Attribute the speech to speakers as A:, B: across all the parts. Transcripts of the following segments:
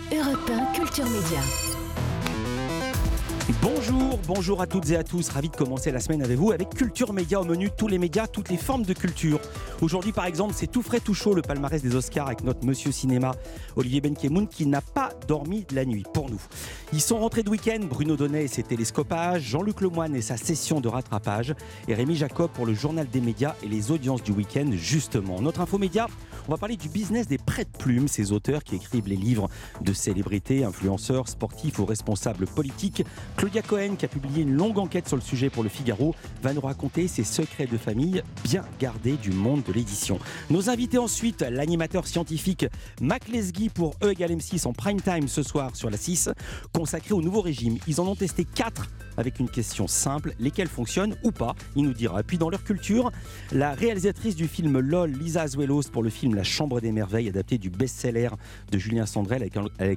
A: Europe 1 Culture Média.
B: Bonjour à toutes et à tous, ravi de commencer la semaine avec vous avec Culture Média au menu, tous les médias, toutes les formes de culture. Aujourd'hui par exemple, c'est tout frais tout chaud le palmarès des Oscars avec notre monsieur cinéma Olivier Benkemoun qui n'a pas dormi de la nuit pour nous. Ils sont rentrés de week-end, Bruno Donnet et ses télescopages, Jean-Luc Lemoyne et sa session de rattrapage et Rémi Jacob pour le journal des médias et les audiences du week-end justement. Notre infomédia, on va parler du business des prêts-de-plumes, ces auteurs qui écrivent les livres de célébrités, influenceurs, sportifs ou responsables politiques. Claudia Cohen, qui a publié une longue enquête sur le sujet pour Le Figaro, va nous raconter ses secrets de famille bien gardés du monde de l'édition. Nos invités ensuite, l'animateur scientifique Mac Lesguy pour E = M6 en prime time ce soir sur la 6, consacré au nouveau régime. Ils en ont testé 4 avec une question simple, lesquels fonctionnent ou pas, il nous dira. Puis dans leur culture, la réalisatrice du film LOL, Lisa Azuelos, pour le film La Chambre des Merveilles, adapté du best-seller de Julien Sandrel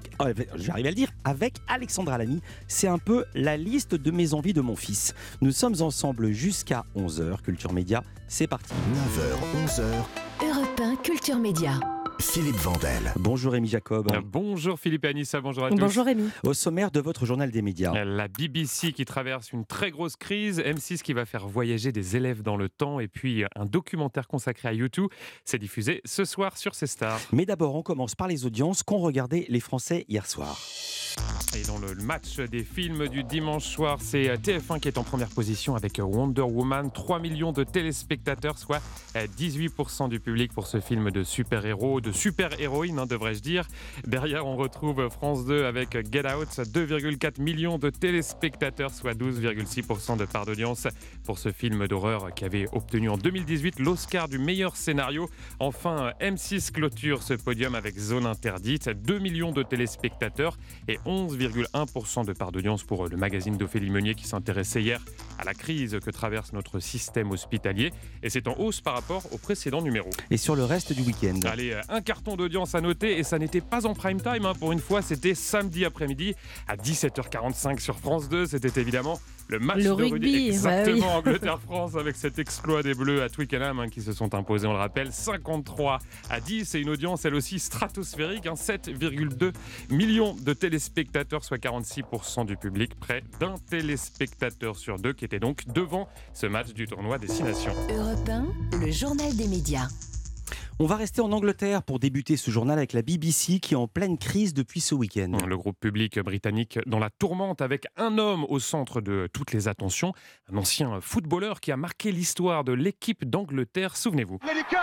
B: avec Alexandra Lamy. C'est un peu la liste de mes envies de mon fils. Nous sommes ensemble jusqu'à 11h. Culture Média, c'est parti.
C: 9h, 11h.
A: Europe 1 Culture Média.
C: Philippe Vandel.
B: Bonjour Rémi Jacob.
D: Bonjour Philippe et Anissa, bonjour à tous.
A: Bonjour Rémi.
B: Au sommaire de votre journal des médias.
D: La BBC qui traverse une très grosse crise, M6 qui va faire voyager des élèves dans le temps et puis un documentaire consacré à U2. C'est diffusé ce soir sur C Stars.
B: Mais d'abord, on commence par les audiences qu'ont regardé les Français hier soir.
D: Et dans le match des films du dimanche soir, c'est TF1 qui est en première position avec Wonder Woman. 3 millions de téléspectateurs, soit 18% du public pour ce film de super-héros, de super-héroïne, devrais-je dire. Derrière, on retrouve France 2 avec Get Out, 2,4 millions de téléspectateurs, soit 12,6% de part d'audience pour ce film d'horreur qui avait obtenu en 2018 l'Oscar du meilleur scénario. Enfin, M6 clôture ce podium avec Zone Interdite, 2 millions de téléspectateurs et 11,1% de part d'audience pour le magazine d'Ophélie Meunier qui s'intéressait hier à la crise que traverse notre système hospitalier. Et c'est en hausse par rapport au précédent numéro.
B: Et sur le reste du week-end ?
D: Allez, un carton d'audience à noter et ça n'était pas en prime time. Pour une fois, c'était samedi après-midi à 17h45 sur France 2. C'était évidemment le match de rugby. Exactement,
A: oui.
D: Angleterre-France avec cet exploit des Bleus à Twickenham qui se sont imposés, on le rappelle, 53-10. Et une audience, elle aussi, stratosphérique, 7,2 millions de téléspectateurs, soit 46% du public, près d'un téléspectateur sur deux qui était donc devant ce match du tournoi Destination.
A: Europe 1, le journal des médias.
B: On va rester en Angleterre pour débuter ce journal avec la BBC qui est en pleine crise depuis ce week-end.
D: Le groupe public britannique dans la tourmente avec un homme au centre de toutes les attentions, un ancien footballeur qui a marqué l'histoire de l'équipe d'Angleterre, souvenez-vous.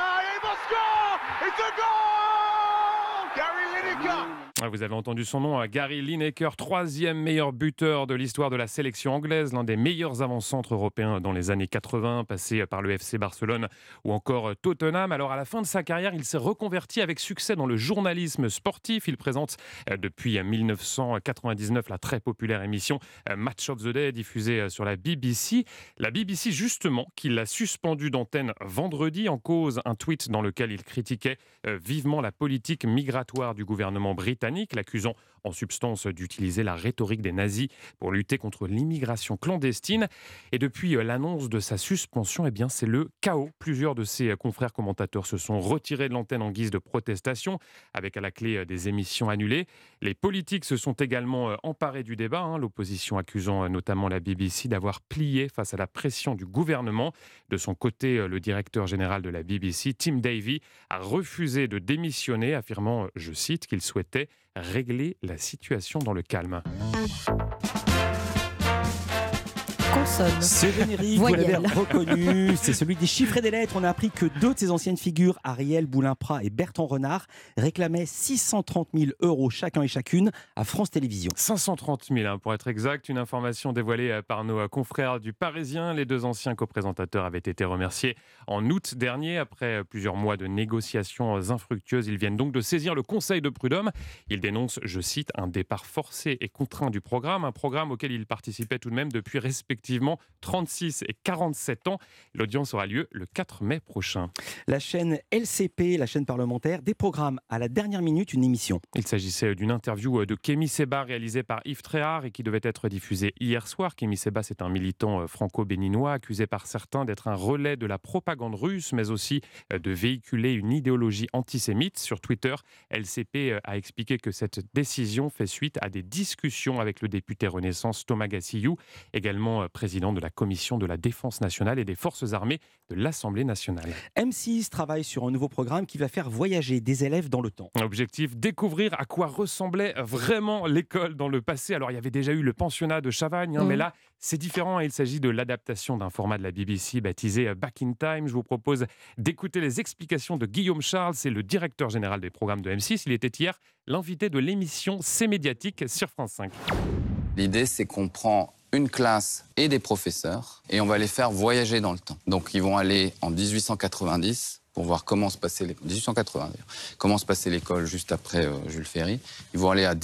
D: Vous avez entendu son nom, Gary Lineker, 3e meilleur buteur de l'histoire de la sélection anglaise, l'un des meilleurs avant-centres européens dans les années 80, passé par le FC Barcelone ou encore Tottenham. Alors à la fin de sa carrière, il s'est reconverti avec succès dans le journalisme sportif. Il présente depuis 1999 la très populaire émission Match of the Day diffusée sur la BBC. La BBC justement qui l'a suspendu d'antenne vendredi en cause un tweet dans lequel il critiquait vivement la politique migratoire du gouvernement britannique, l'accusant en substance d'utiliser la rhétorique des nazis pour lutter contre l'immigration clandestine. Et depuis l'annonce de sa suspension, c'est le chaos. Plusieurs de ses confrères commentateurs se sont retirés de l'antenne en guise de protestation, avec à la clé des émissions annulées. Les politiques se sont également emparés du débat, l'opposition accusant notamment la BBC d'avoir plié face à la pression du gouvernement. De son côté, le directeur général de la BBC, Tim Davie, a refusé de démissionner, affirmant, je cite, qu'il souhaitait régler la situation dans le calme.
A: Consonne.
B: Ce générique, vous l'avez reconnu, c'est celui des chiffres et des lettres. On a appris que deux de ses anciennes figures, Ariel Boulin-Prat et Bertrand Renard, réclamaient 630 000 € chacun et chacune à France Télévisions.
D: 530 000 pour être exact, une information dévoilée par nos confrères du Parisien. Les deux anciens coprésentateurs avaient été remerciés en août dernier. Après plusieurs mois de négociations infructueuses, ils viennent donc de saisir le Conseil de prud'homme. Ils dénoncent, je cite, un départ forcé et contraint du programme, un programme auquel ils participaient tout de même depuis respectivement respectivement 36 et 47 ans. L'audience aura lieu le 4 mai prochain.
B: La chaîne LCP, la chaîne parlementaire, déprogramme à la dernière minute une émission.
D: Il s'agissait d'une interview de Kémy Séba réalisée par Yves Tréhard et qui devait être diffusée hier soir. Kémy Séba, c'est un militant franco-béninois accusé par certains d'être un relais de la propagande russe, mais aussi de véhiculer une idéologie antisémite. Sur Twitter, LCP a expliqué que cette décision fait suite à des discussions avec le député Renaissance Thomas Gassillou, également président de la Commission de la Défense nationale et des Forces armées de l'Assemblée nationale.
B: M6 travaille sur un nouveau programme qui va faire voyager des élèves dans le temps.
D: Objectif, découvrir à quoi ressemblait vraiment l'école dans le passé. Alors il y avait déjà eu le pensionnat de Chavagne, mais là c'est différent. Il s'agit de l'adaptation d'un format de la BBC baptisé Back in Time. Je vous propose d'écouter les explications de Guillaume Charles, c'est le directeur général des programmes de M6. Il était hier l'invité de l'émission C'est médiatique sur France 5.
E: L'idée, c'est qu'on prend une classe et des professeurs et on va les faire voyager dans le temps. Donc ils vont aller en 1890 pour voir comment se passait l'école. 1880 d'ailleurs. Comment se passait l'école juste après Jules Ferry. Ils vont aller en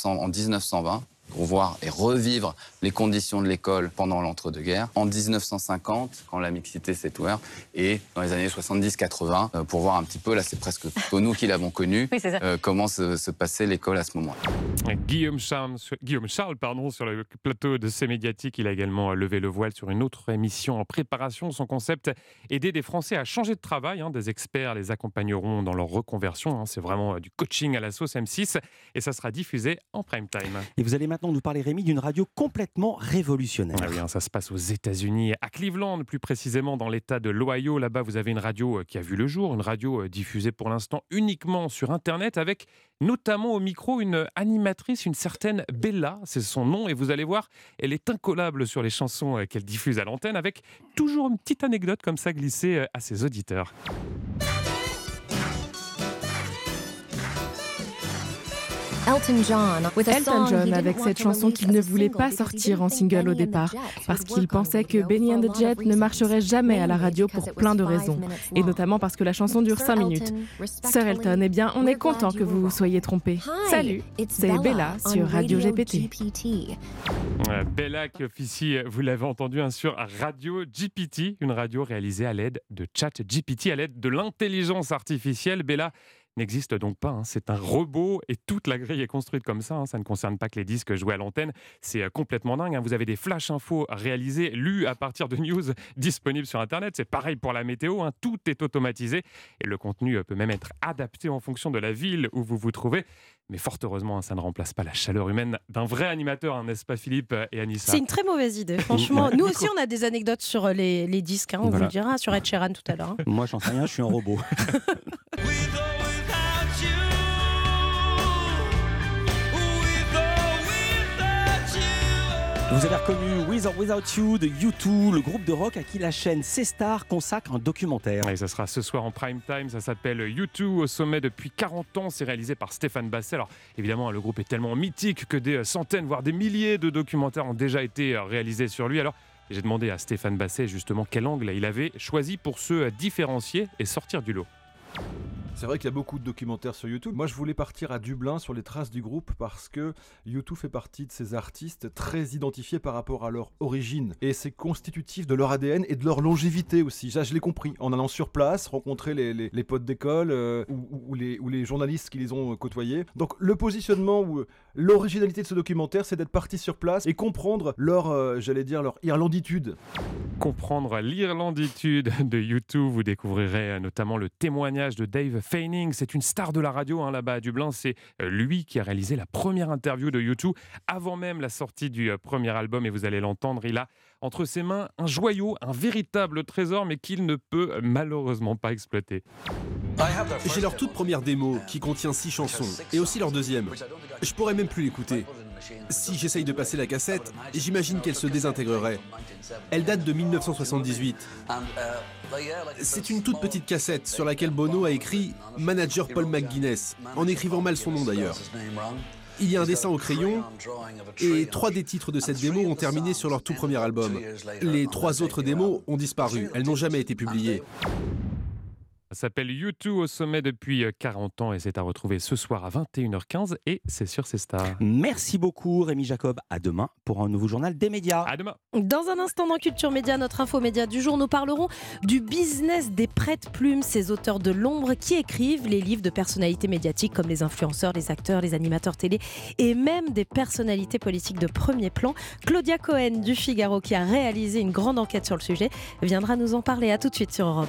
E: 1920 pour voir et revivre les conditions de l'école pendant l'entre-deux-guerres. En 1950, quand la mixité s'est ouverte, et dans les années 70-80, pour voir un petit peu, là c'est presque plutôt nous qui l'avons connu, comment se passait l'école à ce moment-là.
D: Guillaume Charles, sur le plateau de C'est médiatique, il a également levé le voile sur une autre émission en préparation. Son concept, aider des Français à changer de travail. Des experts les accompagneront dans leur reconversion. C'est vraiment du coaching à la sauce M6 et ça sera diffusé en prime time.
B: Et vous allez maintenant nous parler, Rémi, d'une radio complètement révolutionnaire.
D: Ah oui, ça se passe aux États-Unis, à Cleveland, plus précisément dans l'État de l'Ohio. Là-bas, vous avez une radio qui a vu le jour, une radio diffusée pour l'instant uniquement sur Internet, avec notamment au micro une animatrice, une certaine Bella, c'est son nom, et vous allez voir, elle est incollable sur les chansons qu'elle diffuse à l'antenne, avec toujours une petite anecdote comme ça glissée à ses auditeurs.
F: Elton John avec cette chanson qu'il ne voulait pas sortir en single au départ parce qu'il pensait que Benny and the Jet ne marcherait jamais à la radio pour plein de raisons et notamment parce que la chanson dure 5 minutes. Sir Elton, eh bien on est content que vous vous soyez trompé. Salut, c'est Bella sur Radio GPT.
D: Bella qui officie, vous l'avez entendu, sur Radio GPT, une radio réalisée à l'aide de ChatGPT, à l'aide de l'intelligence artificielle. Bella n'existe donc pas, c'est un robot et toute la grille est construite comme ça, ça ne concerne pas que les disques joués à l'antenne, c'est complètement dingue, vous avez des flash infos réalisés, lus à partir de news disponibles sur Internet, c'est pareil pour la météo, tout est automatisé et le contenu peut même être adapté en fonction de la ville où vous vous trouvez. Mais fort heureusement, ça ne remplace pas la chaleur humaine d'un vrai animateur, n'est-ce pas Philippe et Anissa ?
G: C'est une très mauvaise idée, franchement. Nous aussi, on a des anecdotes sur les disques, on vous le dira, sur Ed Sheeran tout à l'heure.
B: Moi, j'en sais rien, je suis un robot. Vous avez reconnu With or Without You de U2, le groupe de rock à qui la chaîne C-Star consacre un documentaire.
D: Et ça sera ce soir en prime time, ça s'appelle U2 au sommet depuis 40 ans, c'est réalisé par Stéphane Basset. Alors évidemment, le groupe est tellement mythique que des centaines, voire des milliers de documentaires ont déjà été réalisés sur lui. Alors j'ai demandé à Stéphane Basset justement quel angle il avait choisi pour se différencier et sortir du lot.
H: C'est vrai qu'il y a beaucoup de documentaires sur YouTube. Moi, je voulais partir à Dublin sur les traces du groupe parce que U2 fait partie de ces artistes très identifiés par rapport à leur origine. Et c'est constitutif de leur ADN et de leur longévité aussi. Ça, je l'ai compris en allant sur place, rencontrer les potes d'école ou les journalistes qui les ont côtoyés. Donc, le positionnement ou l'originalité de ce documentaire, c'est d'être parti sur place et comprendre leur irlanditude.
D: Comprendre l'irlanditude de U2, vous découvrirez notamment le témoignage de Dave Fanning, c'est une star de la radio là-bas à Dublin, c'est lui qui a réalisé la première interview de U2 avant même la sortie du premier album et vous allez l'entendre, il a entre ses mains un joyau, un véritable trésor mais qu'il ne peut malheureusement pas exploiter.
I: J'ai leur toute première démo qui contient 6 chansons et aussi leur deuxième. Je pourrais même plus l'écouter. Si j'essaye de passer la cassette, j'imagine qu'elle se désintégrerait. Elle date de 1978. C'est une toute petite cassette sur laquelle Bono a écrit « Manager Paul McGuinness », en écrivant mal son nom d'ailleurs. Il y a un dessin au crayon et 3 des titres de cette démo ont terminé sur leur tout premier album. Les 3 autres démos ont disparu, elles n'ont jamais été publiées.
D: s'appelle U2 au sommet depuis 40 ans et c'est à retrouver ce soir à 21h15 et c'est sur C Stars.
B: Merci beaucoup Rémi Jacob. À demain pour un nouveau journal des médias.
D: À demain.
G: Dans un instant dans Culture Média, notre info média du jour, nous parlerons du business des prête-plumes, ces auteurs de l'ombre qui écrivent les livres de personnalités médiatiques comme les influenceurs, les acteurs, les animateurs télé et même des personnalités politiques de premier plan. Claudia Cohen du Figaro, qui a réalisé une grande enquête sur le sujet, viendra nous en parler. À tout de suite sur Europe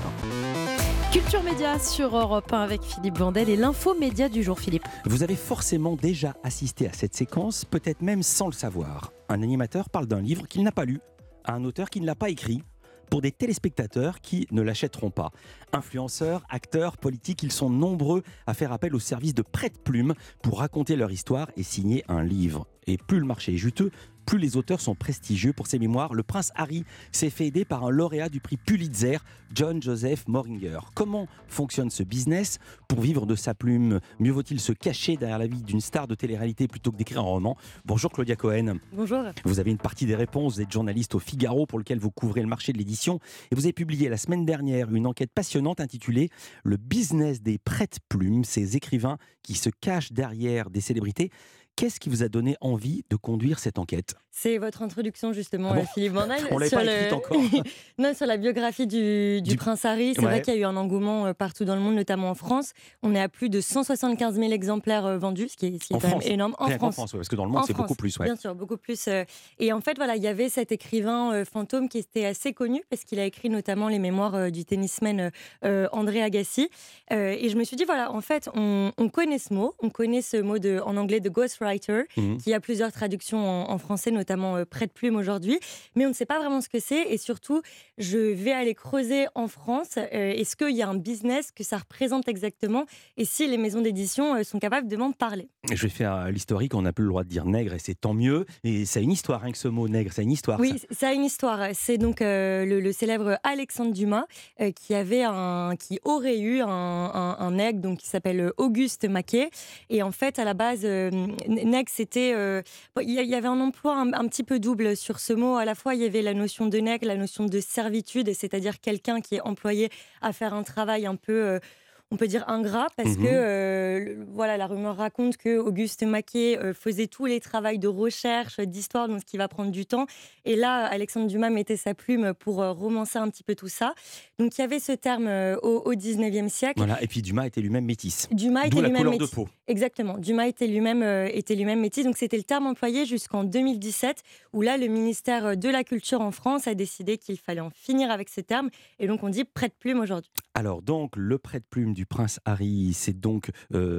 G: 1. Culture Média sur Europe 1 avec Philippe Vandel et l'info média du jour. Philippe.
B: Vous avez forcément déjà assisté à cette séquence, peut-être même sans le savoir. Un animateur parle d'un livre qu'il n'a pas lu, à un auteur qui ne l'a pas écrit, pour des téléspectateurs qui ne l'achèteront pas. Influenceurs, acteurs, politiques, ils sont nombreux à faire appel au service de prête-plume pour raconter leur histoire et signer un livre. Et plus le marché est juteux, plus les auteurs sont prestigieux. Pour ses mémoires, le prince Harry s'est fait aider par un lauréat du prix Pulitzer, John Joseph Moringer. Comment fonctionne ce business? Pour vivre de sa plume, mieux vaut-il se cacher derrière la vie d'une star de télé-réalité plutôt que d'écrire un roman? Bonjour Claudia Cohen.
J: Bonjour.
B: Vous avez une partie des réponses, vous êtes journaliste au Figaro pour lequel vous couvrez le marché de l'édition et vous avez publié la semaine dernière une enquête passionnante intitulée « Le business des prête-plumes », ces écrivains qui se cachent derrière des célébrités. Qu'est-ce qui vous a donné envie de conduire cette enquête?
J: C'est votre introduction justement, Philippe Vandel.
B: On ne l'avait pas écrite encore.
J: Non, sur la biographie du prince Harry. C'est vrai qu'il y a eu un engouement partout dans le monde, notamment en France. On est à plus de 175 000 exemplaires vendus, ce qui est quand même énorme. En France,
B: parce que dans le monde, c'est beaucoup plus.
J: Bien sûr, beaucoup plus. Et en fait, voilà, il y avait cet écrivain fantôme qui était assez connu parce qu'il a écrit notamment les mémoires du tennisman André Agassi. Et je me suis dit, voilà, en fait, on connaît ce mot. On connaît ce mot en anglais de ghostwriter, qui a plusieurs traductions en français, notamment prête-plume aujourd'hui, mais on ne sait pas vraiment ce que c'est et surtout, je vais aller creuser en France, est-ce qu'il y a un business que ça représente exactement et si les maisons d'édition sont capables de m'en parler.
B: Je vais faire l'historique, on n'a plus le droit de dire nègre et c'est tant mieux, et ça a une histoire, rien que ce mot nègre, ça a une histoire.
J: Oui, ça a une histoire, c'est donc le célèbre Alexandre Dumas qui aurait eu un nègre donc, qui s'appelle Auguste Maquet et en fait à la base nègre c'était, il y avait un emploi un petit peu double sur ce mot. À la fois, il y avait la notion de nègre, la notion de servitude, c'est-à-dire quelqu'un qui est employé à faire un travail un peu, on peut dire ingrat, parce que voilà, la rumeur raconte que Auguste Maquet faisait tous les travaux de recherche, d'histoire, donc ce qui va prendre du temps. Et là, Alexandre Dumas mettait sa plume pour romancer un petit peu tout ça. Donc il y avait ce terme au 19e siècle.
B: Voilà, et puis Dumas était lui-même métis.
J: Dumas
B: était
J: lui-même
B: la couleur
J: métis.
B: De peau.
J: Exactement. Dumas était lui-même métis. Donc c'était le terme employé jusqu'en 2017, où là, le ministère de la Culture en France a décidé qu'il fallait en finir avec ce terme. Et donc on dit prête-plume aujourd'hui.
B: Alors donc, le prête-plume du prince Harry, c'est donc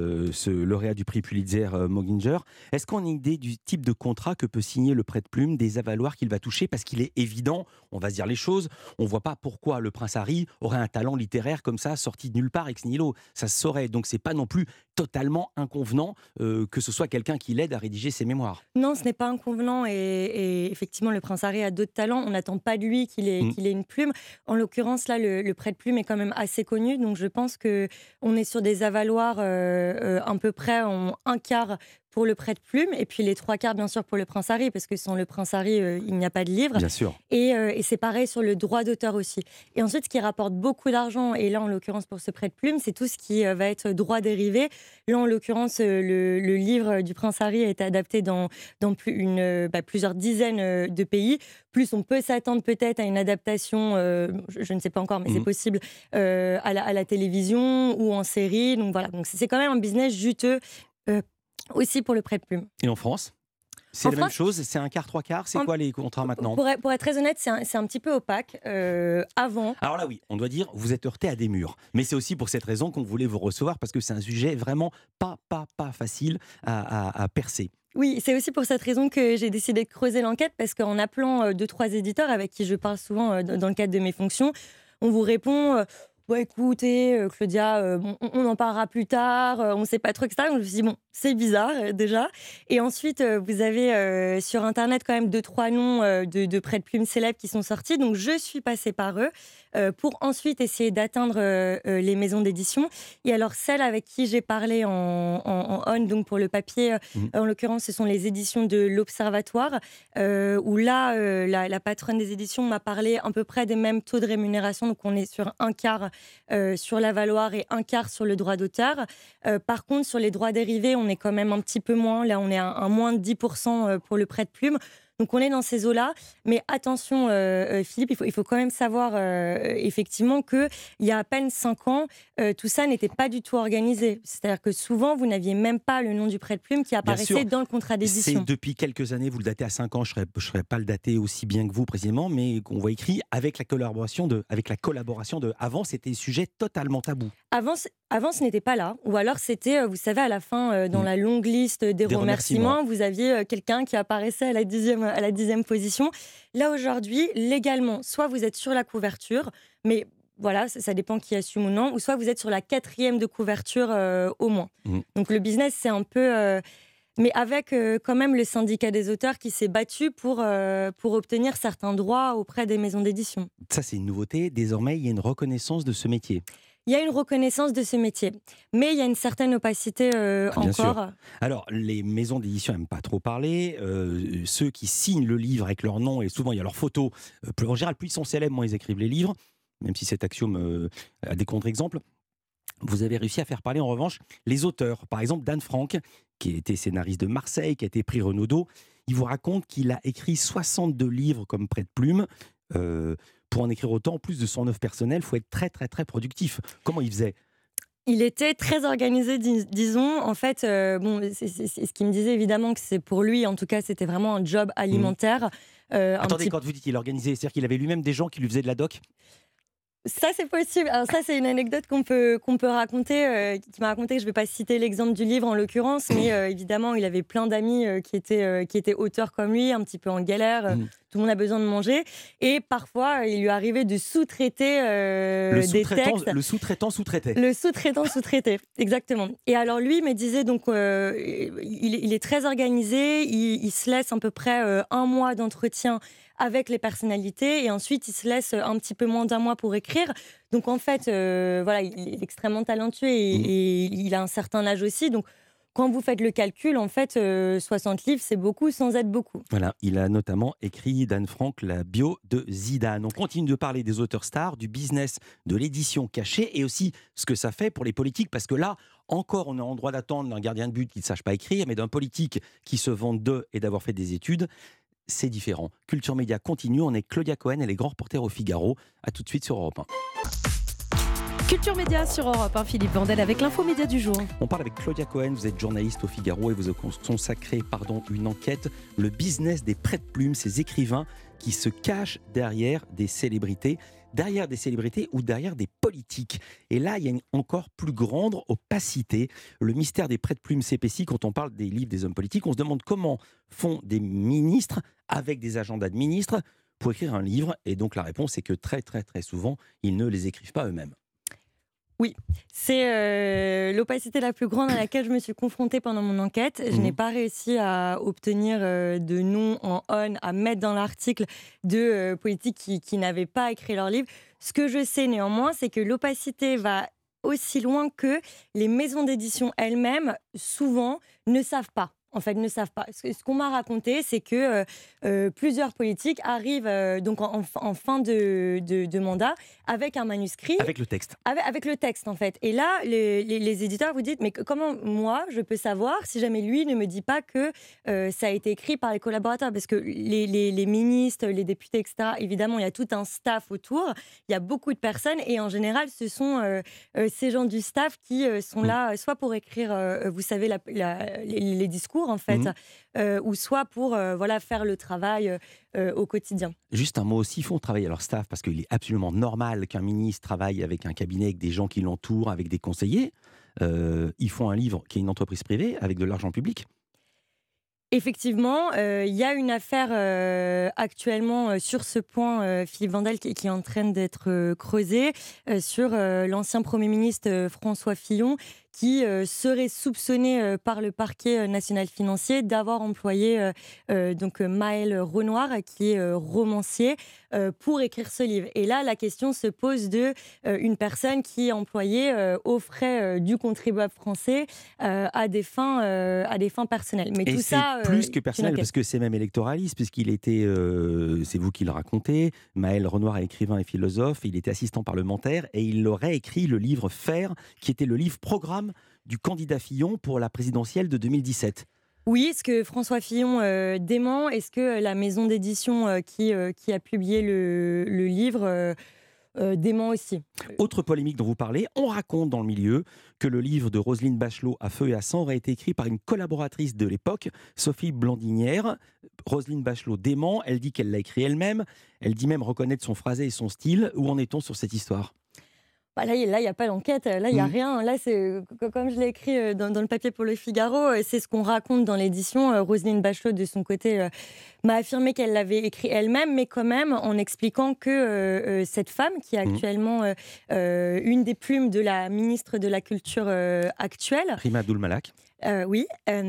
B: ce lauréat du prix Pulitzer Moringer. Est-ce qu'on a une idée du type de contrat que peut signer le prête-plume, des avaloirs qu'il va toucher? Parce qu'il est évident, on va se dire les choses, on ne voit pas pourquoi le prince Harry aurait un talent littéraire comme ça, sorti de nulle part ex nihilo. Ça se saurait, donc c'est pas non plus totalement inconvenant que ce soit quelqu'un qui l'aide à rédiger ses mémoires.
J: Non, ce n'est pas inconvenant et effectivement le prince Harry a d'autres talents, on n'attend pas de lui qu'il ait une plume. En l'occurrence là, le prête-plume est quand même assez connu, donc je pense qu'on est sur des avaloirs à peu près en un quart pour le prête-plume, et puis les 3/4 bien sûr pour le prince Harry, parce que sans le prince Harry, il n'y a pas de livre.
B: Bien sûr.
J: Et c'est pareil sur le droit d'auteur aussi. Et ensuite, ce qui rapporte beaucoup d'argent, et là en l'occurrence pour ce prête-plume, c'est tout ce qui va être droit dérivé. Là en l'occurrence, le livre du prince Harry a été adapté dans plusieurs dizaines de pays. Plus on peut s'attendre peut-être à une adaptation, je ne sais pas encore, mais c'est possible, à la télévision ou en série. Donc voilà, donc c'est quand même un business juteux. Aussi pour le prête-plume.
B: Et en France ? C'est la même chose, c'est un quart, 3/4, c'est quoi les contrats maintenant ?
J: Pour être très honnête, c'est un petit peu opaque. Avant.
B: Alors là oui, on doit dire, vous êtes heurté à des murs. Mais c'est aussi pour cette raison qu'on voulait vous recevoir, parce que c'est un sujet vraiment pas facile à percer.
J: Oui, c'est aussi pour cette raison que j'ai décidé de creuser l'enquête, parce qu'en appelant 2-3 éditeurs avec qui je parle souvent dans le cadre de mes fonctions, on vous répond... écoutez, Claudia, on en parlera plus tard, on ne sait pas trop, etc. Donc je me suis dit, bon, c'est bizarre déjà. Et ensuite, vous avez sur Internet quand même 2-3 noms de prête-plume célèbres qui sont sortis. Donc je suis passée par eux. pour ensuite essayer d'atteindre les maisons d'édition. Et alors celle avec qui j'ai parlé en on, donc pour le papier, en l'occurrence ce sont les éditions de l'Observatoire, où là la patronne des éditions m'a parlé à peu près des mêmes taux de rémunération, donc on est sur un quart sur la valoir et un quart sur le droit d'auteur. Par contre sur les droits dérivés on est quand même un petit peu moins, là on est à moins de 10% pour le prêt de plume. Donc on est dans ces eaux-là, mais attention Philippe, il faut quand même savoir effectivement qu'il y a à peine 5 ans, tout ça n'était pas du tout organisé. C'est-à-dire que souvent, vous n'aviez même pas le nom du prêt de plume qui apparaissait dans le contrat d'édition.
B: C'est depuis quelques années, vous le datez à 5 ans, je ne serais pas le daté aussi bien que vous précisément, mais qu'on voit écrit avec la collaboration de... Avant, c'était sujet totalement tabou.
J: Avant, ce n'était pas là. Ou alors, c'était, vous savez, à la fin, dans la longue liste des remerciements, vous aviez quelqu'un qui apparaissait à la 10e position. Là, aujourd'hui, légalement, soit vous êtes sur la couverture, mais voilà, ça dépend qui assume ou non, ou soit vous êtes sur la 4e de couverture au moins. Donc, le business, c'est un peu... mais avec quand même le syndicat des auteurs qui s'est battu pour obtenir certains droits auprès des maisons d'édition.
B: Ça, c'est une nouveauté. Désormais, il y a une reconnaissance de ce métier.
J: Il y a une reconnaissance de ce métier, mais il y a une certaine opacité encore.
B: Sûr. Alors, les maisons d'édition n'aiment pas trop parler. Ceux qui signent le livre avec leur nom, et souvent il y a leur photo, en général, plus ils sont célèbres, moins ils écrivent les livres, même si cet axiome a des contre-exemples. Vous avez réussi à faire parler en revanche les auteurs. Par exemple, Dan Frank, qui était scénariste de Marseille, qui a été prix Renaudot, il vous raconte qu'il a écrit 62 livres comme prêt de plume. Pour en écrire autant, en plus de son œuvre personnelle, il faut être très, très, très productif. Comment il faisait ?
J: Il était très organisé, disons. En fait, c'est ce qu'il me disait, évidemment, que c'est pour lui, en tout cas, c'était vraiment un job alimentaire.
B: Attendez, quand vous dites qu'il organisait, c'est-à-dire qu'il avait lui-même des gens qui lui faisaient de la doc ?
J: Ça, c'est possible. Alors ça, c'est une anecdote qu'on peut raconter, qui m'a raconté, que je ne vais pas citer l'exemple du livre en l'occurrence, mais évidemment, il avait plein d'amis qui étaient auteurs comme lui, un petit peu en galère. Tout le monde a besoin de manger. Et parfois, il lui arrivait de sous-traiter des textes.
B: Le sous-traitant sous-traitait.
J: Le sous-traitant sous-traitait, exactement. Et alors lui me disait, donc, il est très organisé, il se laisse à peu près 1 mois d'entretien avec les personnalités, et ensuite il se laisse un petit peu moins d'1 mois pour écrire. Donc en fait, voilà, il est extrêmement talentueux et il a un certain âge aussi. Donc quand vous faites le calcul, en fait, 60 livres, c'est beaucoup sans être beaucoup.
B: Voilà, il a notamment écrit, Dan Frank, la bio de Zidane. On continue de parler des auteurs stars, du business, de l'édition cachée, et aussi ce que ça fait pour les politiques, parce que là, encore, on est en droit d'attendre d'un gardien de but qui ne sache pas écrire, mais d'un politique qui se vante d'eux et d'avoir fait des études. C'est différent. Culture Média continue, on est Claudia Cohen, elle est grand reporter au Figaro. A tout de suite sur Europe 1.
G: Culture Média sur Europe 1, Philippe Vandel avec l'info média du jour.
B: On parle avec Claudia Cohen, vous êtes journaliste au Figaro et vous avez consacré une enquête, le business des prêts de plumes, ces écrivains qui se cachent derrière des célébrités ou derrière des politiques. Et là, il y a une encore plus grande opacité. Le mystère des prêts de plumes s'épaissit quand on parle des livres des hommes politiques. On se demande comment font des ministres avec des agendas de ministres pour écrire un livre. Et donc la réponse est que très très très souvent, ils ne les écrivent pas eux-mêmes.
J: Oui, c'est l'opacité la plus grande à laquelle je me suis confrontée pendant mon enquête. Je n'ai pas réussi à obtenir de noms en on, à mettre dans l'article de politiques qui n'avaient pas écrit leur livre. Ce que je sais néanmoins, c'est que l'opacité va aussi loin que les maisons d'édition elles-mêmes, souvent, ne savent pas. En fait, ne savent pas. Ce qu'on m'a raconté, c'est que plusieurs politiques arrivent donc en fin de mandat avec un manuscrit.
B: Avec le texte.
J: Avec le texte, en fait. Et là, les éditeurs vous disent, mais comment moi, je peux savoir si jamais lui ne me dit pas que ça a été écrit par les collaborateurs ? Parce que les ministres, les députés, etc., évidemment, il y a tout un staff autour. Il y a beaucoup de personnes. Et en général, ce sont ces gens du staff qui sont là, soit pour écrire, vous savez, les discours, en fait, ou soit pour faire le travail au quotidien.
B: Juste un mot aussi, ils font travailler leur staff, parce qu'il est absolument normal qu'un ministre travaille avec un cabinet, avec des gens qui l'entourent, avec des conseillers. Ils font un livre qui est une entreprise privée avec de l'argent public.
J: Effectivement, il y a une affaire actuellement sur ce point, Philippe Vandel, qui est en train d'être creusée sur l'ancien Premier ministre François Fillon, qui serait soupçonné par le parquet national financier d'avoir employé donc Maël Renoir, qui est romancier, pour écrire ce livre. Et là, la question se pose de une personne qui est employée aux frais du contribuable français à des fins personnelles. Mais
B: et
J: tout
B: c'est
J: ça,
B: plus que personnel, parce que c'est même électoraliste, puisqu'il était, c'est vous qui le racontez, Maël Renoir est écrivain et philosophe, il était assistant parlementaire et il aurait écrit le livre Faire, qui était le livre programme du candidat Fillon pour la présidentielle de 2017.
J: Oui, ce que François Fillon dément, est-ce que la maison d'édition qui a publié le livre dément aussi.
B: Autre polémique dont vous parlez, on raconte dans le milieu que le livre de Roselyne Bachelot, À feu et à sang, aurait été écrit par une collaboratrice de l'époque, Sophie Blandinière. Roselyne Bachelot dément, elle dit qu'elle l'a écrit elle-même, elle dit même reconnaître son phrasé et son style. Où en est-on sur cette histoire ?
J: Là, il n'y a pas d'enquête, là, il n'y a rien. Là, c'est, comme je l'ai écrit dans le papier pour Le Figaro, c'est ce qu'on raconte dans l'édition. Roselyne Bachelot, de son côté, m'a affirmé qu'elle l'avait écrit elle-même, mais quand même en expliquant que cette femme, qui est actuellement une des plumes de la ministre de la Culture actuelle,
B: Rima Abdul Malak.
J: Oui,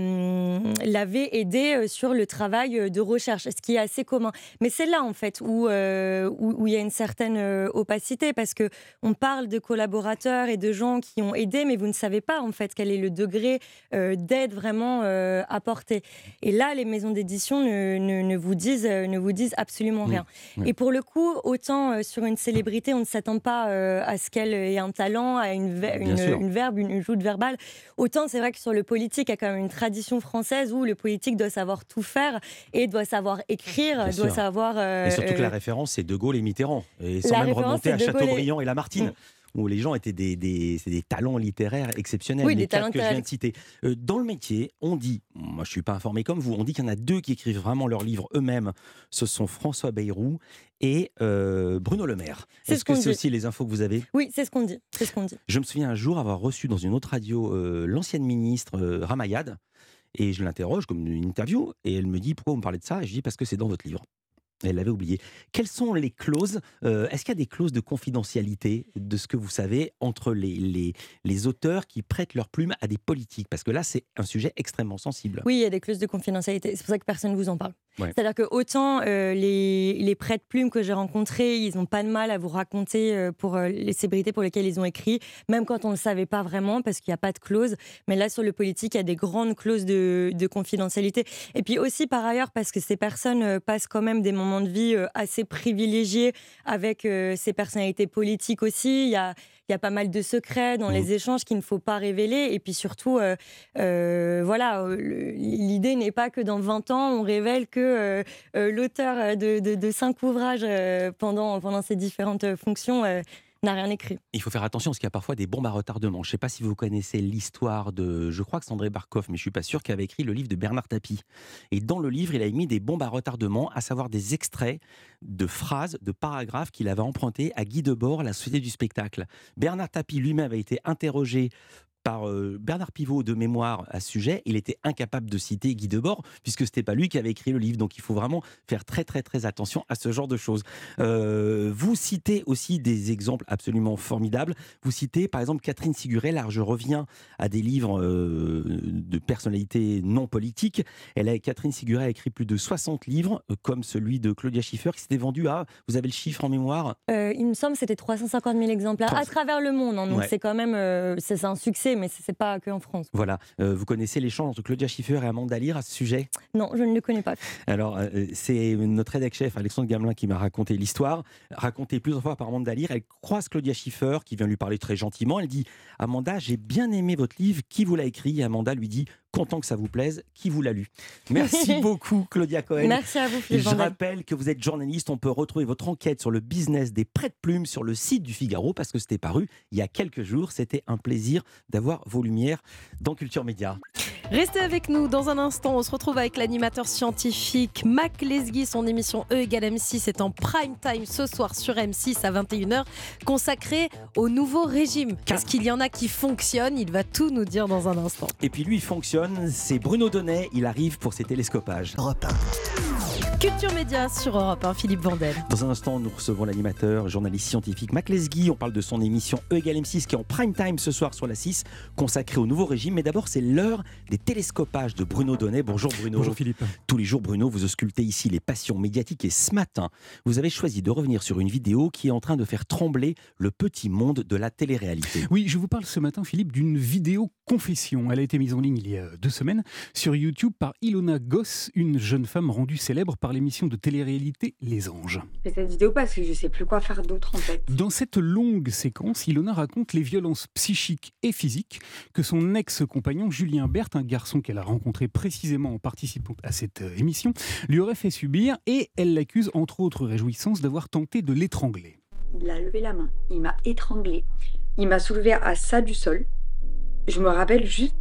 J: l'avait aidé sur le travail de recherche, ce qui est assez commun. Mais c'est là, en fait, où il y a une certaine opacité, parce qu'on parle de collaborateurs et de gens qui ont aidé, mais vous ne savez pas, en fait, quel est le degré d'aide vraiment apporté. Et là, les maisons d'édition ne vous disent absolument rien.
B: Oui.
J: Et pour le coup, autant sur une célébrité, on ne s'attend pas à ce qu'elle ait un talent, à une verbe, une joute verbale. Autant, c'est vrai que sur le politique, il y a quand même une tradition française où le politique doit savoir tout faire et doit savoir écrire,
B: Bien
J: doit
B: sûr.
J: savoir...
B: Et surtout que la référence, c'est De Gaulle et Mitterrand. Et sans même remonter à Chateaubriand et Lamartine. Où les gens étaient c'est des talents littéraires exceptionnels,
J: oui,
B: les
J: des talents
B: quatre que je viens de citer. Dans le métier, on dit, moi je ne suis pas informé comme vous, on dit qu'il y en a deux qui écrivent vraiment leurs livres eux-mêmes. Ce sont François Bayrou et Bruno Le Maire. Est-ce que c'est aussi les infos que vous avez ?
J: Oui, c'est ce qu'on dit.
B: Je me souviens un jour avoir reçu dans une autre radio l'ancienne ministre Ramayad, et je l'interroge comme une interview, et elle me dit « Pourquoi vous me parlez de ça ?» Et je dis « Parce que c'est dans votre livre ». Elle l'avait oublié. Quelles sont les clauses est-ce qu'il y a des clauses de confidentialité de ce que vous savez entre les auteurs qui prêtent leur plume à des politiques ? Parce que là, c'est un sujet extrêmement sensible.
J: Oui, il y a des clauses de confidentialité. C'est pour ça que personne ne vous en parle.
B: Ouais.
J: C'est-à-dire que autant les prête-plumes que j'ai rencontrés, ils n'ont pas de mal à vous raconter pour les célébrités pour lesquelles ils ont écrit, même quand on ne le savait pas vraiment, parce qu'il n'y a pas de clause. Mais là, sur le politique, il y a des grandes clauses de confidentialité. Et puis aussi, par ailleurs, parce que ces personnes passent quand même des moments de vie assez privilégiés avec ces personnalités politiques aussi. Il y a pas mal de secrets dans les échanges qu'il ne faut pas révéler. Et puis surtout, l'idée n'est pas que dans 20 ans, on révèle que l'auteur de 5 ouvrages pendant ses différentes fonctions n'a rien écrit.
B: Il faut faire attention parce qu'il y a parfois des bombes à retardement. Je ne sais pas si vous connaissez l'histoire de, je crois que c'est André Barkov, mais je ne suis pas sûr, qui avait écrit le livre de Bernard Tapie. Et dans le livre, il a mis des bombes à retardement, à savoir des extraits de phrases, de paragraphes qu'il avait empruntés à Guy Debord, la Société du spectacle. Bernard Tapie lui-même avait été interrogé par Bernard Pivot de mémoire à ce sujet. Il était incapable de citer Guy Debord puisque c'était pas lui qui avait écrit le livre. Donc il faut vraiment faire très très très attention à ce genre de choses. Vous citez aussi des exemples absolument formidables. Vous citez par exemple Catherine Siguret. Là je reviens à des livres de personnalités non politiques. Catherine Siguret a écrit plus de 60 livres comme celui de Claudia Schiffer qui s'était vendu à, vous avez le chiffre en mémoire ?
J: Il me semble que c'était 350 000 exemplaires à travers le monde. Hein, donc c'est quand même c'est un succès. Mais ce n'est pas qu'en France.
B: Voilà. Vous connaissez l'échange entre Claudia Schiffer et Amanda Lear à ce sujet ?
J: Non, je ne le connais pas.
B: Alors, c'est notre rédac-chef Alexandre Gamelin qui m'a raconté l'histoire, racontée plusieurs fois par Amanda Lear. Elle croise Claudia Schiffer qui vient lui parler très gentiment. Elle dit « Amanda, j'ai bien aimé votre livre. Qui vous l'a écrit ?» Et Amanda lui dit « Content que ça vous plaise. Qui vous l'a lu ?» Merci beaucoup Claudia Cohen.
J: Merci à vous Philippe.
B: Je rappelle que vous êtes journaliste. On peut retrouver votre enquête sur le business des prête-plumes sur le site du Figaro parce que c'était paru il y a quelques jours. C'était un plaisir d'avoir vos lumières dans Culture Média.
G: Restez avec nous dans un instant. On se retrouve avec l'animateur scientifique Mac Lesguy. Son émission E = M6 est en prime time ce soir sur M6 à 21h, consacrée au nouveau régime. Est-ce qu'il y en a qui fonctionnent ? Il va tout nous dire dans un instant.
B: Et puis lui, il fonctionne. C'est Bruno Donnet. Il arrive pour ses télescopages.
C: Europe 1.
G: Culture Média sur Europe 1, Philippe Vandel.
B: Dans un instant, nous recevons l'animateur, journaliste scientifique Mac Lesguy. On parle de son émission E égale M6 qui est en prime time ce soir sur la 6, consacrée au nouveau régime. Mais d'abord, c'est l'heure des télescopages de Bruno Donnet. Bonjour Bruno.
K: Bonjour Philippe.
B: Tous les jours, Bruno, vous auscultez ici les passions médiatiques et ce matin, vous avez choisi de revenir sur une vidéo qui est en train de faire trembler le petit monde de la télé-réalité.
K: Oui, je vous parle ce matin, Philippe, d'une vidéo confession. Elle a été mise en ligne il y a 2 semaines sur YouTube par Ilona Goss, une jeune femme rendue célèbre par l'émission de télé-réalité Les Anges.
L: Je fais cette vidéo parce que je sais plus quoi faire d'autre en fait.
K: Dans cette longue séquence, Ilona raconte les violences psychiques et physiques que son ex-compagnon Julien Berthe, un garçon qu'elle a rencontré précisément en participant à cette émission, lui aurait fait subir, et elle l'accuse entre autres réjouissances d'avoir tenté de l'étrangler.
L: Il a levé la main, il m'a étranglée, il m'a soulevé à ça du sol. Je me rappelle juste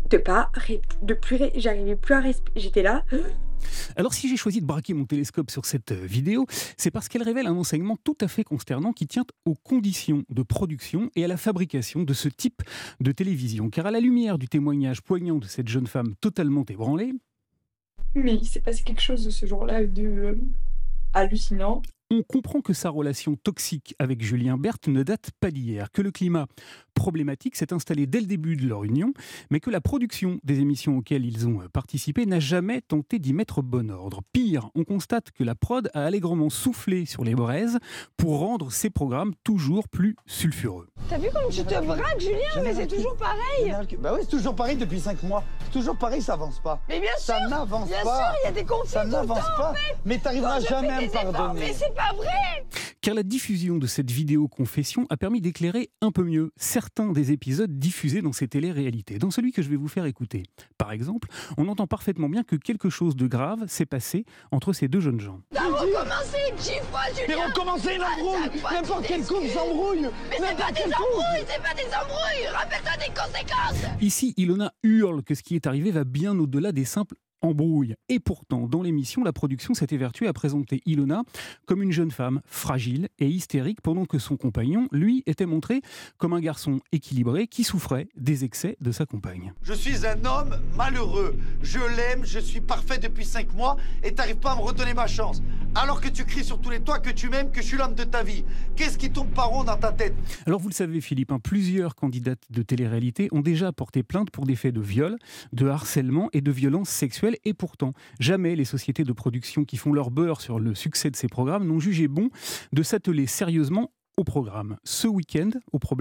L: de pleurer, j'arrivais plus à respirer, j'étais là.
K: Alors si j'ai choisi de braquer mon télescope sur cette vidéo, c'est parce qu'elle révèle un enseignement tout à fait consternant qui tient aux conditions de production et à la fabrication de ce type de télévision. Car à la lumière du témoignage poignant de cette jeune femme totalement ébranlée...
L: Mais il s'est passé quelque chose de ce jour-là de hallucinant.
K: On comprend que sa relation toxique avec Julien Berthe ne date pas d'hier, que le climat problématique s'est installé dès le début de leur union, mais que la production des émissions auxquelles ils ont participé n'a jamais tenté d'y mettre bon ordre. Pire, on constate que la prod a allègrement soufflé sur les braises pour rendre ses programmes toujours plus sulfureux.
M: T'as vu comme tu te braques, Julien? Mais c'est toujours pareil.
N: Bah oui, c'est toujours pareil depuis 5 mois. C'est toujours pareil, ça avance pas.
M: Mais bien sûr,
N: ça n'avance pas.
M: Bien sûr, il y a des conflits
N: ça
M: tout
N: n'avance
M: le temps,
N: pas.
M: en fait.
N: Mais t'arriveras jamais à me pardonner.
M: Mais c'est pas vrai.
K: Car la diffusion de cette vidéo confession a permis d'éclairer un peu mieux certains des épisodes diffusés dans ces télé-réalités. Dans celui que je vais vous faire écouter, par exemple, on entend parfaitement bien que quelque chose de grave s'est passé entre ces deux jeunes gens.
M: T'as recommencé une fois, Julien.
N: Mais recommencer une embrouille. N'importe quel couple s'embrouille.
M: Mais c'est pas des embrouilles, c'est pas des embrouilles. Rappelle-toi des conséquences.
K: Ici, Ilona hurle que ce qui est arrivé va bien au-delà des simples embrouille. Et pourtant, dans l'émission, la production s'est évertuée à présenter Ilona comme une jeune femme fragile et hystérique, pendant que son compagnon, lui, était montré comme un garçon équilibré qui souffrait des excès de sa compagne.
N: Je suis un homme malheureux. Je l'aime, je suis parfait depuis 5 mois et t'arrives pas à me redonner ma chance. Alors que tu cries sur tous les toits que tu m'aimes, que je suis l'homme de ta vie. Qu'est-ce qui tourne pas rond dans ta tête?
K: Alors vous le savez Philippe, plusieurs candidates de télé-réalité ont déjà porté plainte pour des faits de viol, de harcèlement et de violence sexuelle. Et pourtant, jamais les sociétés de production qui font leur beurre sur le succès de ces programmes n'ont jugé bon de s'atteler sérieusement au programme. Ce week-end,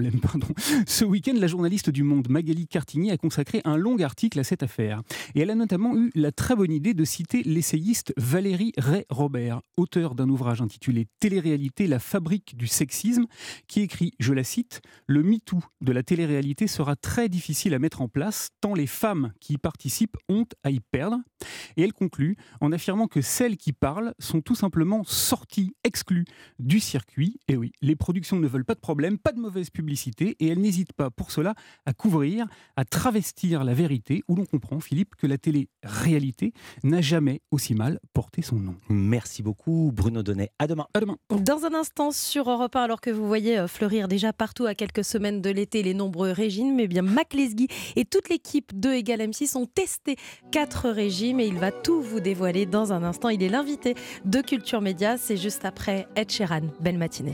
K: la journaliste du Monde Magali Cartigny a consacré un long article à cette affaire. Et elle a notamment eu la très bonne idée de citer l'essayiste Valérie Ray-Robert, auteur d'un ouvrage intitulé Télé-réalité, la fabrique du sexisme, qui écrit, je la cite, « Le MeToo de la télé-réalité sera très difficile à mettre en place, tant les femmes qui y participent ont à y perdre. » Et elle conclut en affirmant que celles qui parlent sont tout simplement sorties, exclues du circuit. Et oui, les productions ne veulent pas de problème, pas de mauvaise publicité, et elles n'hésitent pas pour cela à couvrir, à travestir la vérité, où l'on comprend, Philippe, que la télé-réalité n'a jamais aussi mal porté son nom.
B: Merci beaucoup Bruno Donnet, à demain.
K: À demain.
G: Dans un instant sur Europe 1, alors que vous voyez fleurir déjà partout à quelques semaines de l'été les nombreux régimes, mais bien Mac Lesguy et toute l'équipe de Égal M6 ont testé 4 régimes et il va tout vous dévoiler dans un instant. Il est l'invité de Culture Média, c'est juste après Ed Sheeran. Belle matinée.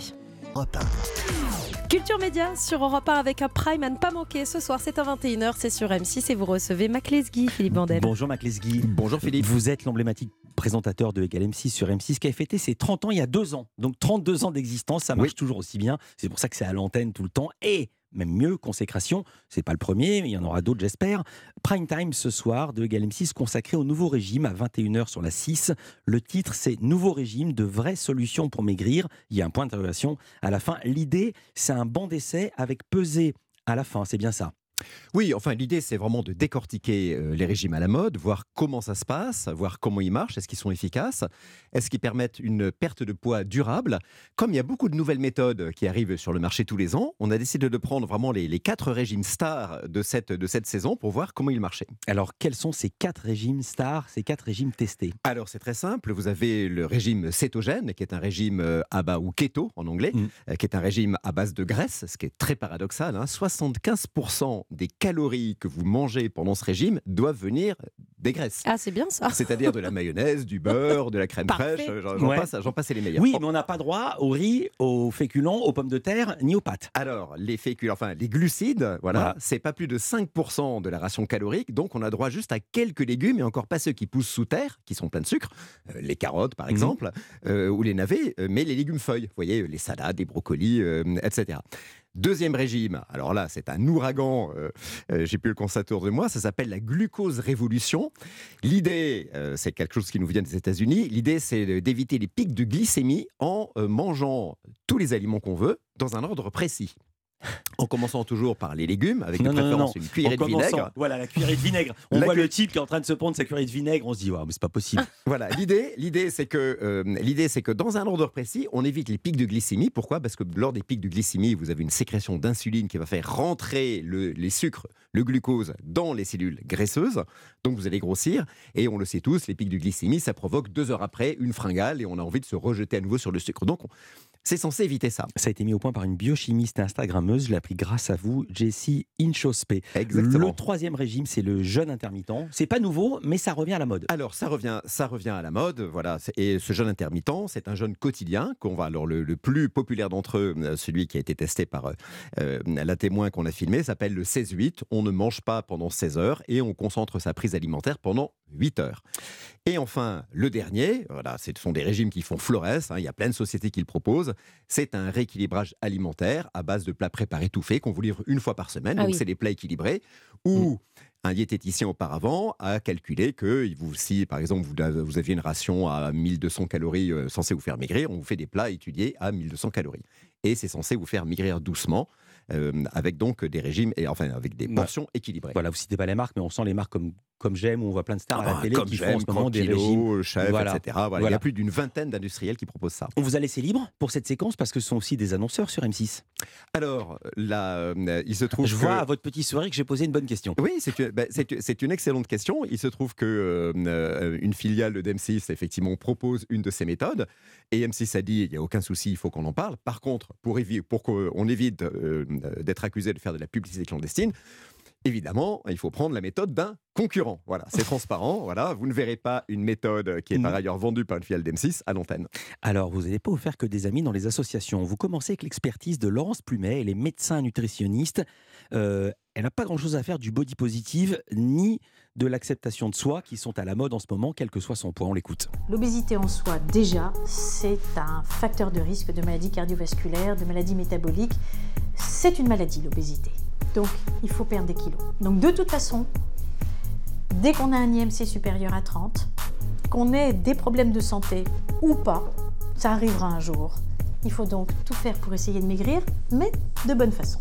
G: Culture Média sur Europe 1 avec un prime à ne pas manquer. Ce soir, c'est à 21h, c'est sur M6 et vous recevez Mac Lesguy, Philippe Vandel.
B: Bonjour Mac Lesguy.
I: Bonjour Philippe.
B: Vous êtes l'emblématique présentateur de Égal M6 sur M6 qui a fêté ses 30 ans il y a 2 ans. Donc 32 ans d'existence, ça marche toujours aussi bien. C'est pour ça que c'est à l'antenne tout le temps. Et même mieux, consécration, c'est pas le premier, mais il y en aura d'autres j'espère. Prime time ce soir de Égal M6 consacré au nouveau régime à 21h sur la 6. Le titre c'est Nouveau régime, de vraies solutions pour maigrir. Il y a un point d'interrogation à la fin. L'idée c'est un banc d'essai avec pesée à la fin, c'est bien ça?
O: Oui, enfin l'idée c'est vraiment de décortiquer les régimes à la mode, voir comment ça se passe, voir comment ils marchent, est-ce qu'ils sont efficaces, est-ce qu'ils permettent une perte de poids durable. Comme il y a beaucoup de nouvelles méthodes qui arrivent sur le marché tous les ans, on a décidé de prendre vraiment les 4 régimes stars de cette saison pour voir comment ils marchaient.
B: Alors quels sont ces 4 régimes stars, ces 4 régimes testés? Alors
O: c'est très simple, vous avez le régime cétogène qui est un régime à base, ou keto en anglais, qui est un régime à base de graisse, ce qui est très paradoxal, 75% des calories que vous mangez pendant ce régime doivent venir des graisses.
G: Ah, c'est bien ça.
O: C'est-à-dire de la mayonnaise, du beurre, de la crème fraîche, j'en passe et les meilleurs.
B: Oui, mais on n'a pas droit au riz, aux féculents, aux pommes de terre, ni aux pâtes.
O: Alors, les glucides, voilà. C'est pas plus de 5% de la ration calorique, donc on a droit juste à quelques légumes, et encore pas ceux qui poussent sous terre, qui sont pleins de sucre, les carottes par exemple, ou les navets, mais les légumes feuilles, vous voyez, les salades, les brocolis, etc. Deuxième régime, alors là c'est un ouragan, j'ai pu le constater autour de moi, ça s'appelle la glucose révolution. L'idée, c'est quelque chose qui nous vient des États-Unis, l'idée c'est d'éviter les pics de glycémie en mangeant tous les aliments qu'on veut dans un ordre précis. En commençant toujours par les légumes, avec de préférence une cuillerée de vinaigre.
B: Voilà, la cuillerée de vinaigre. On voit le type qui est en train de se prendre sa cuillerée de vinaigre, on se dit, mais c'est pas possible.
O: Voilà, l'idée c'est que dans un ordre précis, on évite les pics de glycémie. Pourquoi ? Parce que lors des pics de glycémie, vous avez une sécrétion d'insuline qui va faire rentrer les sucres, le glucose, dans les cellules graisseuses. Donc vous allez grossir. Et on le sait tous, les pics de glycémie, ça provoque 2 heures après une fringale et on a envie de se rejeter à nouveau sur le sucre. Donc c'est censé éviter ça.
B: Ça a été mis au point par une biochimiste instagrammeuse, je l'ai appris grâce à vous, Jessie Inchospé.
O: Exactement.
B: Le 3e régime, c'est le jeûne intermittent. C'est pas nouveau, mais ça revient à la mode.
O: Alors, ça revient à la mode, voilà. Et ce jeûne intermittent, c'est un jeûne quotidien alors le plus populaire d'entre eux, celui qui a été testé par la témoin qu'on a filmé, s'appelle le 16-8. On ne mange pas pendant 16 heures et on concentre sa prise alimentaire pendant 8 heures. Et enfin, le dernier, voilà, ce sont des régimes qui font florès, il y a plein de sociétés qui le proposent, c'est un rééquilibrage alimentaire à base de plats préparés tout faits qu'on vous livre une fois par semaine, donc c'est des plats équilibrés, où un diététicien auparavant a calculé que si par exemple vous aviez une ration à 1200 calories censée vous faire maigrir, on vous fait des plats étudiés à 1200 calories. Et c'est censé vous faire maigrir doucement, avec donc des régimes, avec des portions équilibrées.
B: Voilà, vous citez pas les marques, mais on sent les marques comme j'aime, où on voit plein de stars à la télé qui font en ce moment des
O: Kilo,
B: régimes.
O: Chef, etc. Voilà. Il y a plus d'une vingtaine d'industriels qui proposent ça.
B: On vous a laissé libre pour cette séquence parce que ce sont aussi des annonceurs sur M6.
O: Alors, là, il se trouve
B: vois à votre petit sourire que j'ai posé une bonne question.
O: Oui, c'est une excellente question. Il se trouve que une filiale d'M6, effectivement, propose une de ces méthodes. Et M6 a dit, il n'y a aucun souci, il faut qu'on en parle. Par contre, pour qu'on évite d'être accusé de faire de la publicité clandestine, évidemment, il faut prendre la méthode d'un concurrent. Voilà, c'est transparent. Voilà, vous ne verrez pas une méthode qui est par ailleurs vendue par une filiale d'M6 à l'antenne.
B: Alors, vous n'avez pas offert que des amis dans les associations. Vous commencez avec l'expertise de Laurence Plumet, elle est médecin nutritionniste. Elle n'a pas grand-chose à faire du body positive ni de l'acceptation de soi qui sont à la mode en ce moment, quel que soit son poids. On l'écoute.
P: L'obésité en soi, déjà, c'est un facteur de risque de maladies cardiovasculaires, de maladies métaboliques. C'est une maladie, l'obésité. Donc, il faut perdre des kilos. Donc, de toute façon, dès qu'on a un IMC supérieur à 30, qu'on ait des problèmes de santé ou pas, ça arrivera un jour. Il faut donc tout faire pour essayer de maigrir, mais de bonne façon.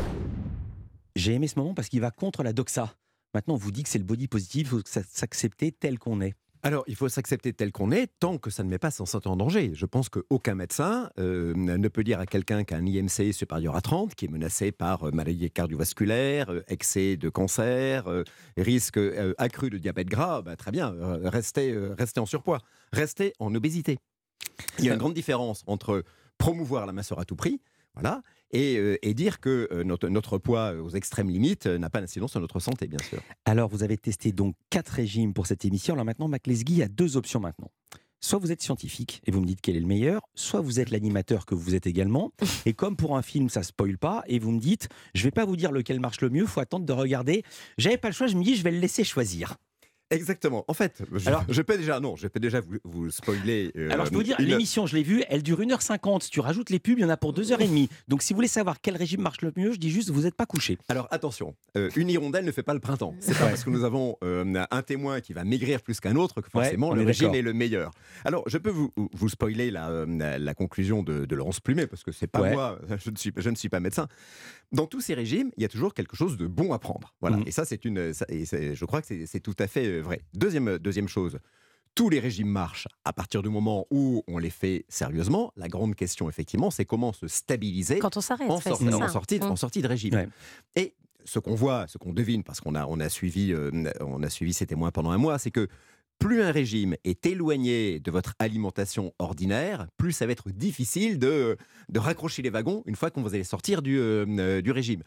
B: J'ai aimé ce moment parce qu'il va contre la doxa. Maintenant, on vous dit que c'est le body positive, il faut s'accepter tel qu'on est.
O: Alors, il faut s'accepter tel qu'on est, tant que ça ne met pas sa santé en danger. Je pense qu'aucun médecin ne peut dire à quelqu'un qui a un IMC supérieur à 30, qui est menacé par maladie cardiovasculaire, excès de cancer, risque accru de diabète gras, très bien, restez en surpoids, restez en obésité. Il y a une grande différence entre promouvoir la minceur à tout prix, voilà, et dire que notre poids aux extrêmes limites n'a pas d'incidence sur notre santé, bien sûr.
B: Alors, vous avez testé donc 4 régimes pour cette émission. Alors maintenant, Mac Lesguy a 2 options maintenant. Soit vous êtes scientifique et vous me dites quel est le meilleur, soit vous êtes l'animateur que vous êtes également. Et comme pour un film, ça ne spoil pas, et vous me dites, je ne vais pas vous dire lequel marche le mieux, il faut attendre de regarder. J'avais pas le choix, je me dis, je vais le laisser choisir.
O: Exactement. En fait, je peux déjà vous spoiler.
B: Alors, je peux vous dire, l'émission, je l'ai vue, elle dure 1h50. Si tu rajoutes les pubs, il y en a pour 2h30. Donc, si vous voulez savoir quel régime marche le mieux, je dis juste, vous n'êtes pas couché.
O: Alors, attention, une hirondelle ne fait pas le printemps. C'est pas parce que nous avons un témoin qui va maigrir plus qu'un autre que forcément le régime est le meilleur. Alors, je peux vous spoiler la conclusion de Laurence Plumet, parce que c'est pas moi, je ne suis pas médecin. Dans tous ces régimes, il y a toujours quelque chose de bon à prendre. Voilà. Et ça, je crois que c'est tout à fait vrai. Deuxième chose, tous les régimes marchent à partir du moment où on les fait sérieusement. La grande question, effectivement, c'est comment se stabiliser
G: quand on s'arrête,
O: en sortie de régime. Ouais. Et ce qu'on voit, ce qu'on devine, parce qu'on a suivi ces témoins pendant un mois, c'est que plus un régime est éloigné de votre alimentation ordinaire, plus ça va être difficile de raccrocher les wagons une fois qu'on vous allez sortir du régime.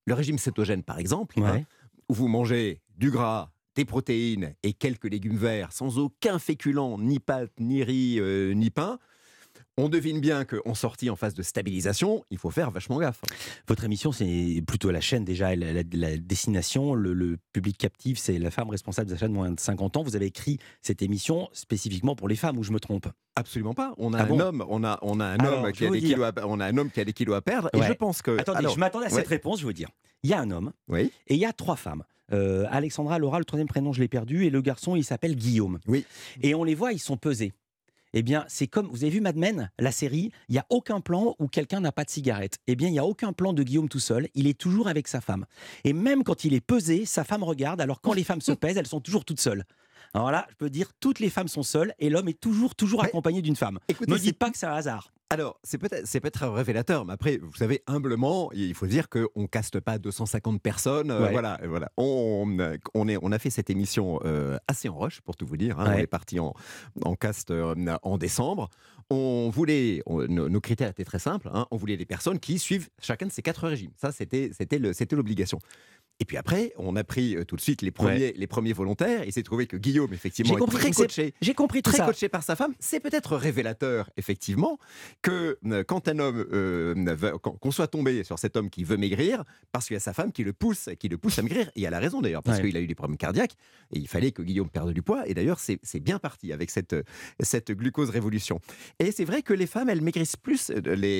O: le régime cétogène par exemple, où vous mangez du gras, des protéines et quelques légumes verts sans aucun féculent, ni pâtes, ni riz, ni pain, on devine bien qu'en sortie en phase de stabilisation, il faut faire vachement gaffe.
B: Votre émission, c'est plutôt la chaîne déjà, la destination, le public captif, c'est la femme responsable des achats de moins de 50 ans. Vous avez écrit cette émission spécifiquement pour les femmes, ou je me trompe?
O: Absolument pas. On a un homme, on a un homme qui a des kilos à perdre. Et je pense que.
B: Attendez, je m'attendais à cette réponse. Je veux dire, il y a un homme et il y a 3 femmes. Alexandra, Laura, le 3e prénom, je l'ai perdu, et le garçon, il s'appelle Guillaume.
O: Oui.
B: Et on les voit, ils sont pesés. Eh bien, c'est comme, vous avez vu Mad Men, la série, il n'y a aucun plan où quelqu'un n'a pas de cigarette. Eh bien, il n'y a aucun plan de Guillaume tout seul, il est toujours avec sa femme. Et même quand il est pesé, sa femme regarde, alors quand les femmes se pèsent, elles sont toujours toutes seules. Alors là, je peux dire, toutes les femmes sont seules et l'homme est toujours accompagné d'une femme.
O: Écoutez,
B: ne dites pas que c'est un hasard.
O: Alors, c'est peut-être révélateur, mais après, vous savez, humblement, il faut dire qu'on ne caste pas 250 personnes. Voilà. On a fait cette émission assez en rush, pour tout vous dire. On est parti en cast en décembre. Nos critères étaient très simples. On voulait des personnes qui suivent chacun de ces 4 régimes. Ça, c'était l'obligation. Et puis après, on a pris tout de suite les premiers volontaires. Il s'est trouvé que Guillaume, effectivement, est très coaché.
B: J'ai compris tout ça.
O: Très coaché par sa femme. C'est peut-être révélateur, effectivement, que quand un homme, qu'on soit tombé sur cet homme qui veut maigrir, parce qu'il y a sa femme qui le pousse à maigrir. Et elle a raison d'ailleurs, parce qu'il a eu des problèmes cardiaques. Et il fallait que Guillaume perde du poids. Et d'ailleurs, c'est bien parti avec cette glucose révolution. Et c'est vrai que les femmes, elles maigrissent plus.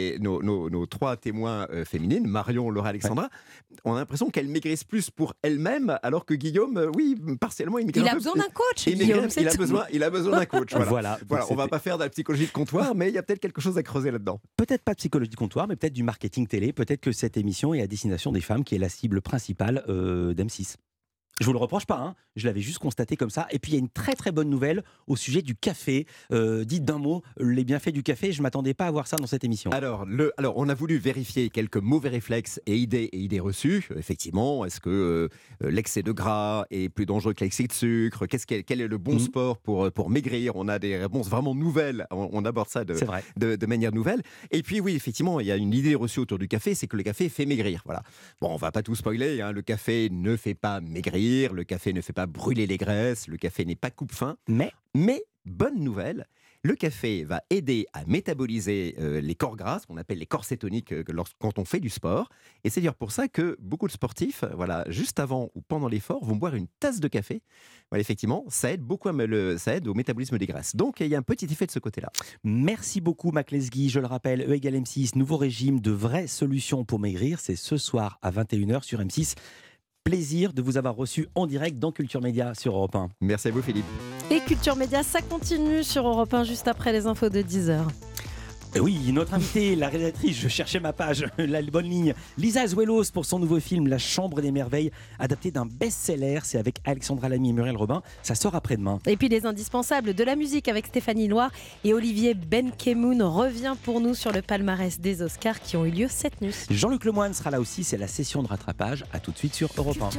O: Nos 3 témoins féminines, Marion, Laura, Alexandra, on a l'impression qu'elles maigrissent plus pour elle-même, alors que Guillaume, partiellement, il
G: a besoin d'un coach.
O: Guillaume, il a besoin d'un coach.
B: Voilà.
O: On va pas faire de la psychologie de comptoir, mais il y a peut-être quelque chose à creuser là-dedans.
B: Peut-être pas de psychologie de comptoir, mais peut-être du marketing télé. Peut-être que cette émission est à destination des femmes, qui est la cible principale d'M6. Je vous le reproche pas, je l'avais juste constaté comme ça. Et puis il y a une très très bonne nouvelle au sujet du café. Dites d'un mot les bienfaits du café. Je m'attendais pas à voir ça dans cette émission.
O: Alors on a voulu vérifier quelques mauvais réflexes et idées reçues. Effectivement, est-ce que l'excès de gras est plus dangereux que l'excès de sucre? Quel est le bon sport pour maigrir? On a des réponses vraiment nouvelles. On aborde ça de manière nouvelle. Et puis oui, effectivement, il y a une idée reçue autour du café, c'est que le café fait maigrir. Voilà. Bon, on va pas tout spoiler. Le café ne fait pas maigrir. Le café ne fait pas brûler les graisses, le café n'est pas coupe-faim. Mais bonne nouvelle, le café va aider à métaboliser les corps gras, ce qu'on appelle les corps cétoniques quand on fait du sport. Et c'est d'ailleurs pour ça que beaucoup de sportifs, juste avant ou pendant l'effort, vont boire une tasse de café. Voilà, effectivement, ça aide beaucoup ça aide au métabolisme des graisses. Donc il y a un petit effet de ce côté-là.
B: Merci beaucoup Mac Lesguy. Je le rappelle, E = M6, nouveau régime de vraies solutions pour maigrir. C'est ce soir à 21h sur M6. Plaisir de vous avoir reçu en direct dans Culture Média sur Europe 1.
O: Merci à vous Philippe.
G: Et Culture Média, ça continue sur Europe 1 juste après les infos de 10h.
B: Oui, notre invitée, la réalisatrice, je cherchais ma page, la bonne ligne, Lisa Azuelos pour son nouveau film La Chambre des Merveilles, adapté d'un best-seller. C'est avec Alexandra Lamy et Muriel Robin. Ça sort après-demain.
G: Et puis les indispensables de la musique avec Stéphanie Loire et Olivier Benkemoun revient pour nous sur le palmarès des Oscars qui ont eu lieu cette nuit.
B: Jean-Luc Lemoyne sera là aussi, c'est la session de rattrapage. À tout de suite sur Europe 1.